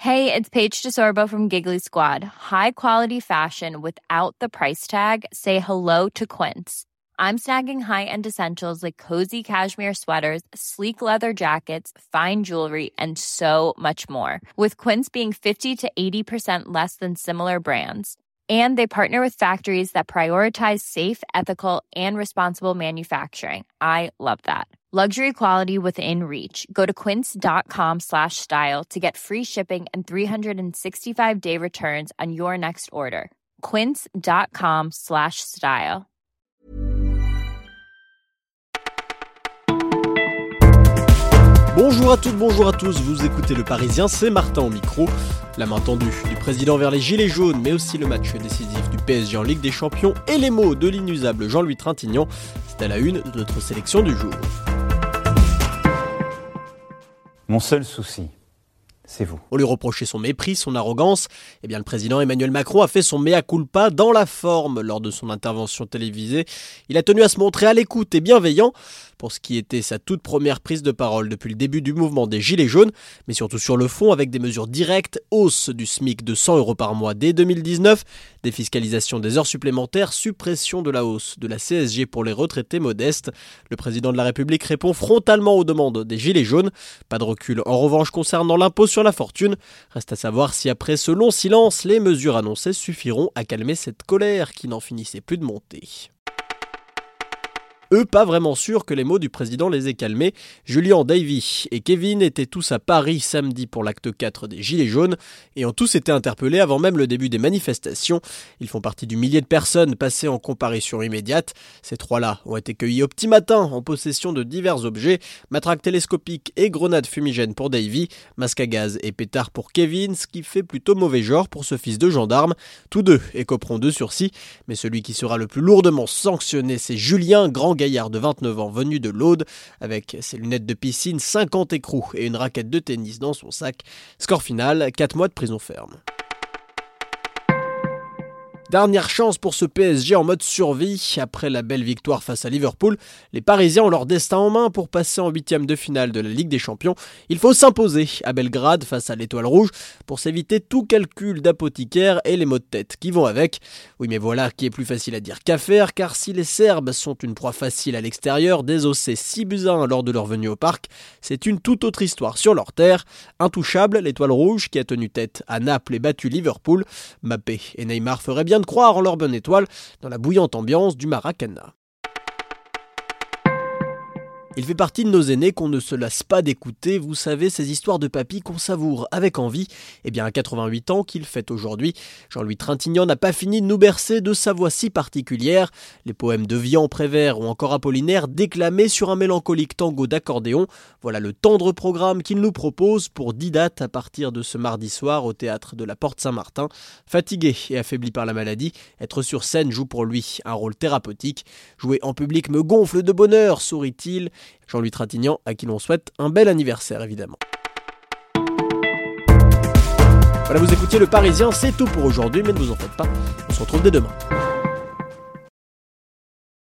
Hey, it's Paige DeSorbo from Giggly Squad. High quality fashion without the price tag. Say hello to Quince. I'm snagging high-end essentials like cozy cashmere sweaters, sleek leather jackets, fine jewelry, and so much more. With Quince being 50 to 80% less than similar brands. And they partner with factories that prioritize safe, ethical, and responsible manufacturing. I love that. Luxury quality within reach. Go to quince.com/style to get free shipping and 365-day returns on your next order. Quince.com/style. Bonjour à toutes, bonjour à tous, vous écoutez Le Parisien, c'est Martin au micro. La main tendue du président vers les gilets jaunes, mais aussi le match décisif du PSG en Ligue des Champions et les mots de l'inusable Jean-Louis Trintignant, c'est à la une de notre sélection du jour. Mon seul souci, c'est vous. Pour lui reprocher son mépris, son arrogance, le président Emmanuel Macron a fait son mea culpa dans la forme lors de son intervention télévisée. Il a tenu à se montrer à l'écoute et bienveillant pour ce qui était sa toute première prise de parole depuis le début du mouvement des Gilets jaunes, mais surtout sur le fond avec des mesures directes, hausse du SMIC de 100 € par mois dès 2019, défiscalisation des heures supplémentaires, suppression de la hausse de la CSG pour les retraités modestes. Le président de la République répond frontalement aux demandes des Gilets jaunes. Pas de recul en revanche concernant l'impôt sur la fortune. Reste à savoir si après ce long silence, les mesures annoncées suffiront à calmer cette colère qui n'en finissait plus de monter. Eux, pas vraiment sûrs que les mots du président les aient calmés. Julien, Davy et Kevin étaient tous à Paris samedi pour l'acte 4 des Gilets jaunes et ont tous été interpellés avant même le début des manifestations. Ils font partie du millier de personnes passées en comparution immédiate. Ces trois-là ont été cueillis au petit matin en possession de divers objets, matraques télescopiques et grenades fumigènes pour Davy, masque à gaz et pétards pour Kevin, ce qui fait plutôt mauvais genre pour ce fils de gendarme. Tous deux écoperont de sursis, mais celui qui sera le plus lourdement sanctionné, c'est Julien, grand gaillard de 29 ans venu de l'Aude, avec ses lunettes de piscine, 50 écrous et une raquette de tennis dans son sac. Score final, 4 mois de prison ferme. Dernière chance pour ce PSG en mode survie. Après la belle victoire face à Liverpool, les Parisiens ont leur destin en main pour passer en 8e de finale de la Ligue des Champions. Il faut s'imposer à Belgrade face à l'Étoile Rouge pour s'éviter tout calcul d'apothicaire et les maux de tête qui vont avec. Oui, mais voilà qui est plus facile à dire qu'à faire, car si les Serbes sont une proie facile à l'extérieur, désossés 6-1 lors de leur venue au parc, c'est une toute autre histoire sur leur terre. Intouchable, l'Étoile Rouge qui a tenu tête à Naples et battu Liverpool. Mbappé et Neymar feraient bien de croire en leur bonne étoile dans la bouillante ambiance du Maracana. Il fait partie de nos aînés qu'on ne se lasse pas d'écouter, vous savez, ces histoires de papy qu'on savoure avec envie. À 88 ans qu'il fête aujourd'hui, Jean-Louis Trintignant n'a pas fini de nous bercer de sa voix si particulière. Les poèmes de Vian, Prévert ou encore Apollinaire déclamés sur un mélancolique tango d'accordéon. Voilà le tendre programme qu'il nous propose pour 10 dates à partir de ce mardi soir au théâtre de la Porte Saint-Martin. Fatigué et affaibli par la maladie, être sur scène joue pour lui un rôle thérapeutique. Jouer en public me gonfle de bonheur, sourit-il. Jean-Louis Trintignant, à qui l'on souhaite un bel anniversaire évidemment. Voilà, vous écoutiez Le Parisien, c'est tout pour aujourd'hui, mais ne vous en faites pas, on se retrouve dès demain.